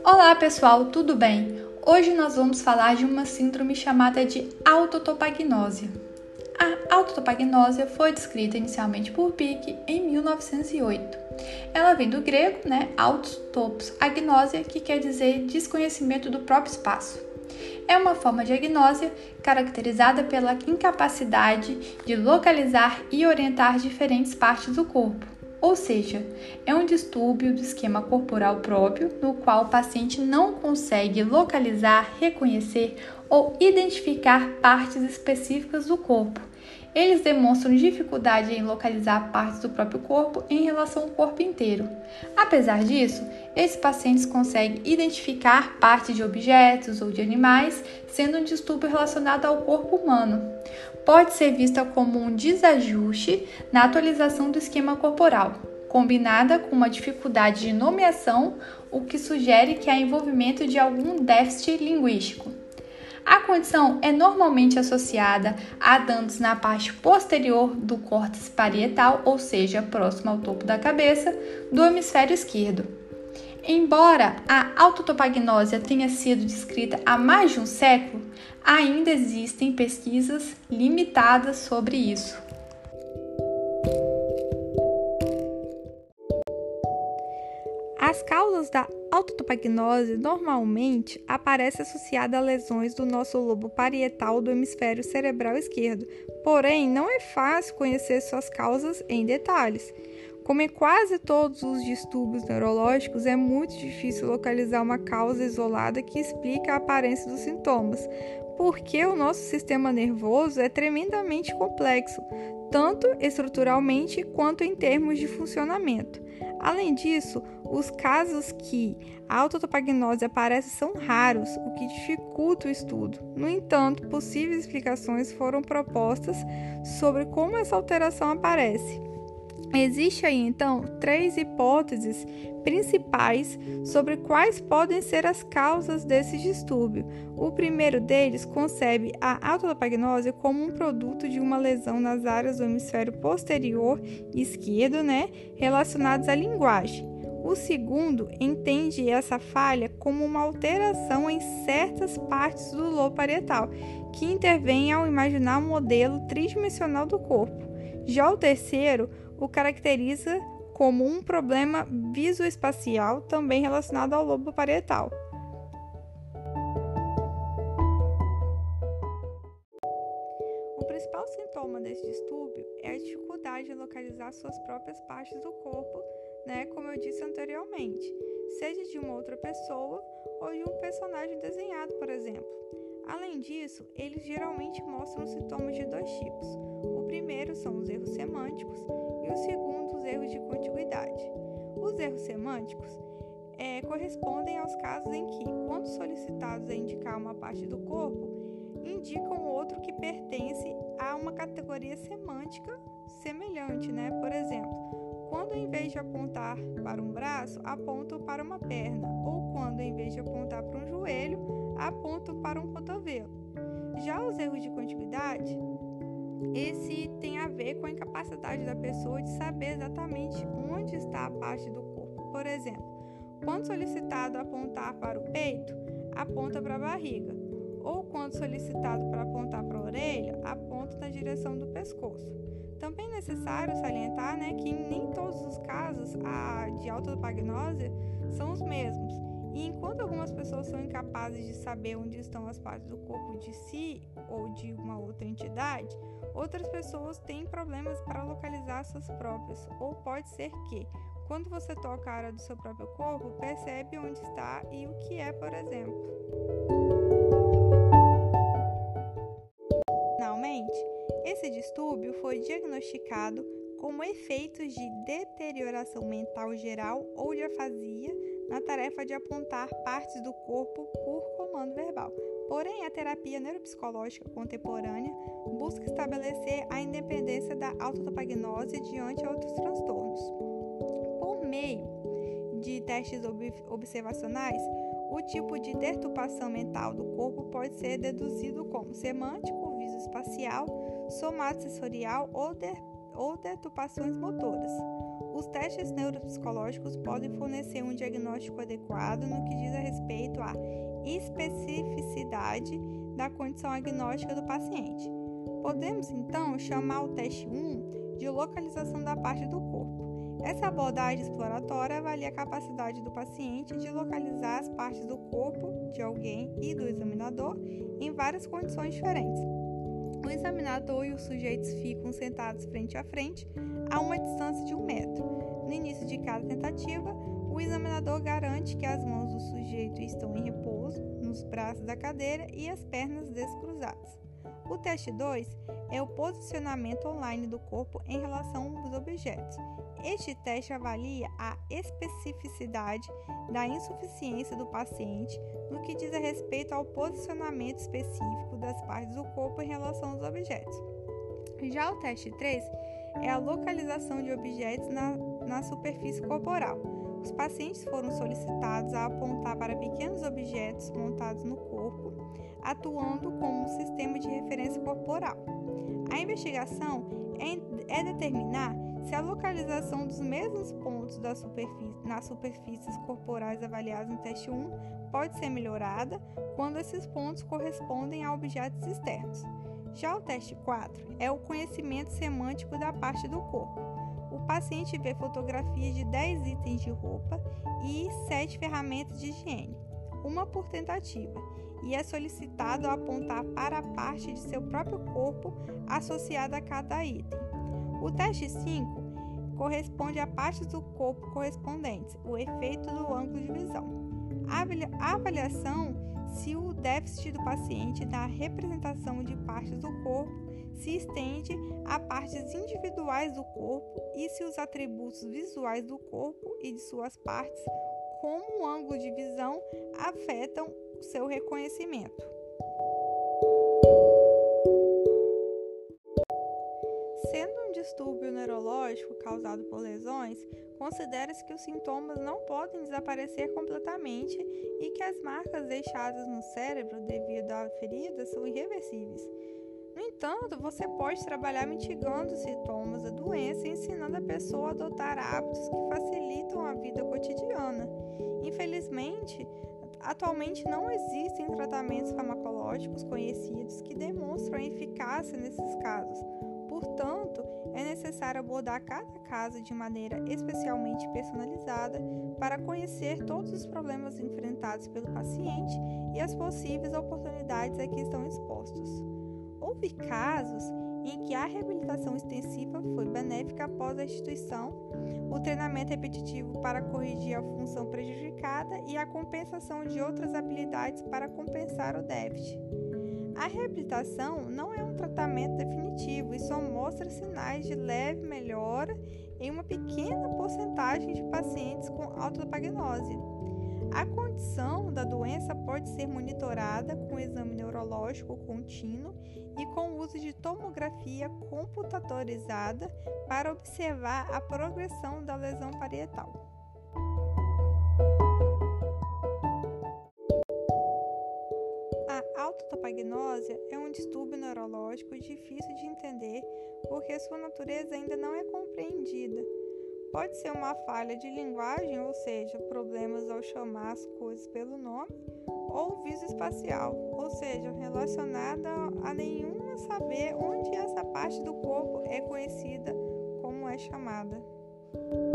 Olá pessoal, tudo bem? Hoje nós vamos falar de uma síndrome chamada de autotopagnose. A autotopagnose foi descrita inicialmente por Pick em 1908. Ela vem do grego, autotopos agnosia, que quer dizer desconhecimento do próprio espaço. É uma forma de agnósia caracterizada pela incapacidade de localizar e orientar diferentes partes do corpo. Ou seja, é um distúrbio do esquema corporal próprio, no qual o paciente não consegue localizar, reconhecer ou identificar partes específicas do corpo. Eles demonstram dificuldade em localizar partes do próprio corpo em relação ao corpo inteiro. Apesar disso, esses pacientes conseguem identificar partes de objetos ou de animais, sendo um distúrbio relacionado ao corpo humano. Pode ser vista como um desajuste na atualização do esquema corporal, combinada com uma dificuldade de nomeação, o que sugere que há envolvimento de algum déficit linguístico. A condição é normalmente associada a danos na parte posterior do córtex parietal, ou seja, próximo ao topo da cabeça, do hemisfério esquerdo. Embora a autotopagnose tenha sido descrita há mais de um século, ainda existem pesquisas limitadas sobre isso. As causas da autotopagnose normalmente aparecem associadas a lesões do nosso lobo parietal do hemisfério cerebral esquerdo, porém não é fácil conhecer suas causas em detalhes. Como em quase todos os distúrbios neurológicos, é muito difícil localizar uma causa isolada que explique a aparência dos sintomas, porque o nosso sistema nervoso é tremendamente complexo, tanto estruturalmente quanto em termos de funcionamento. Além disso, os casos que a autotopagnose aparece são raros, o que dificulta o estudo. No entanto, possíveis explicações foram propostas sobre como essa alteração aparece. Existem aí, então, 3 hipóteses principais sobre quais podem ser as causas desse distúrbio. O primeiro deles concebe a autotopagnose como um produto de uma lesão nas áreas do hemisfério posterior esquerdo, relacionadas à linguagem. O segundo entende essa falha como uma alteração em certas partes do lobo parietal, que intervém ao imaginar um modelo tridimensional do corpo. Já o terceiro o caracteriza como um problema visoespacial também relacionado ao lobo parietal. O principal sintoma desse distúrbio é a dificuldade em localizar suas próprias partes do corpo, como eu disse anteriormente, seja de uma outra pessoa ou de um personagem desenhado, por exemplo. Além disso, eles geralmente mostram sintomas de 2 tipos. O primeiro são os erros semânticos e o segundo, os erros de contiguidade. Os erros semânticos correspondem aos casos em que, quando solicitados a indicar uma parte do corpo, indicam outro que pertence a uma categoria semântica semelhante, Por exemplo, quando em vez de apontar para um braço, apontam para uma perna, ou quando em vez de apontar para um joelho, apontam para um cotovelo. Já os erros de contiguidade, esse tem a ver com a incapacidade da pessoa de saber exatamente onde está a parte do corpo. Por exemplo, quando solicitado apontar para o peito, aponta para a barriga, ou quando solicitado para apontar para a orelha, aponta na direção do pescoço. Também é necessário salientar que nem todos os casos de autotopagnose são os mesmos. E enquanto algumas pessoas são incapazes de saber onde estão as partes do corpo de si ou de uma outra entidade, outras pessoas têm problemas para localizar suas próprias. Ou pode ser que, quando você toca a área do seu próprio corpo, percebe onde está e o que é, por exemplo. Finalmente, esse distúrbio foi diagnosticado como efeitos de deterioração mental geral ou de afasia na tarefa de apontar partes do corpo por comando verbal. Porém, a terapia neuropsicológica contemporânea busca estabelecer a independência da autotopagnose diante de outros transtornos. Por meio de testes observacionais, o tipo de deturpação mental do corpo pode ser deduzido como semântico, visoespacial, somatosensorial ou deturpações motoras. Os testes neuropsicológicos podem fornecer um diagnóstico adequado no que diz a respeito à especificidade da condição agnóstica do paciente. Podemos, então, chamar o teste 1 de localização da parte do corpo. Essa abordagem exploratória avalia a capacidade do paciente de localizar as partes do corpo de alguém e do examinador em várias condições diferentes. O examinador e os sujeitos ficam sentados frente a frente a uma distância de 1 metro. No início de cada tentativa, o examinador garante que as mãos do sujeito estão em repouso nos braços da cadeira e as pernas descruzadas. O teste 2 é o posicionamento online do corpo em relação aos objetos. Este teste avalia a especificidade da insuficiência do paciente no que diz a respeito ao posicionamento específico das partes do corpo em relação aos objetos. Já o teste 3 é a localização de objetos na superfície corporal. Os pacientes foram solicitados a apontar para pequenos objetos montados no corpo, atuando como um sistema de referência corporal. A investigação é determinar se a localização dos mesmos pontos nas superfícies corporais avaliadas no teste 1 pode ser melhorada quando esses pontos correspondem a objetos externos. Já o teste 4 é o conhecimento semântico da parte do corpo. O paciente vê fotografias de 10 itens de roupa e 7 ferramentas de higiene, uma por tentativa, e é solicitado a apontar para a parte de seu próprio corpo associada a cada item. O teste 5 corresponde a partes do corpo correspondentes, o efeito do ângulo de visão. A avaliação se o déficit do paciente na representação de partes do corpo se estende a partes individuais do corpo e se os atributos visuais do corpo e de suas partes, como o ângulo de visão, afetam seu reconhecimento. Sendo um distúrbio neurológico causado por lesões, considera-se que os sintomas não podem desaparecer completamente e que as marcas deixadas no cérebro devido à ferida são irreversíveis. No entanto, você pode trabalhar mitigando os sintomas da doença e ensinando a pessoa a adotar hábitos que facilitam a vida cotidiana. Infelizmente, atualmente não existem tratamentos farmacológicos conhecidos que demonstram eficácia nesses casos. Portanto, é necessário abordar cada caso de maneira especialmente personalizada para conhecer todos os problemas enfrentados pelo paciente e as possíveis oportunidades a que estão expostos. Houve casos em que a reabilitação extensiva foi benéfica após a instituição, o treinamento repetitivo para corrigir a função prejudicada e a compensação de outras habilidades para compensar o déficit. A reabilitação não é um tratamento definitivo e só mostra sinais de leve melhora em uma pequena porcentagem de pacientes com autopagnose. A condição da doença pode ser monitorada com exame neurológico contínuo e com o uso de tomografia computadorizada para observar a progressão da lesão parietal. A autotopagnose é um distúrbio neurológico difícil de entender porque sua natureza ainda não é compreendida. Pode ser uma falha de linguagem, ou seja, problemas ao chamar as coisas pelo nome, ou visoespacial, ou seja, relacionada a nenhuma saber onde essa parte do corpo é conhecida como é chamada.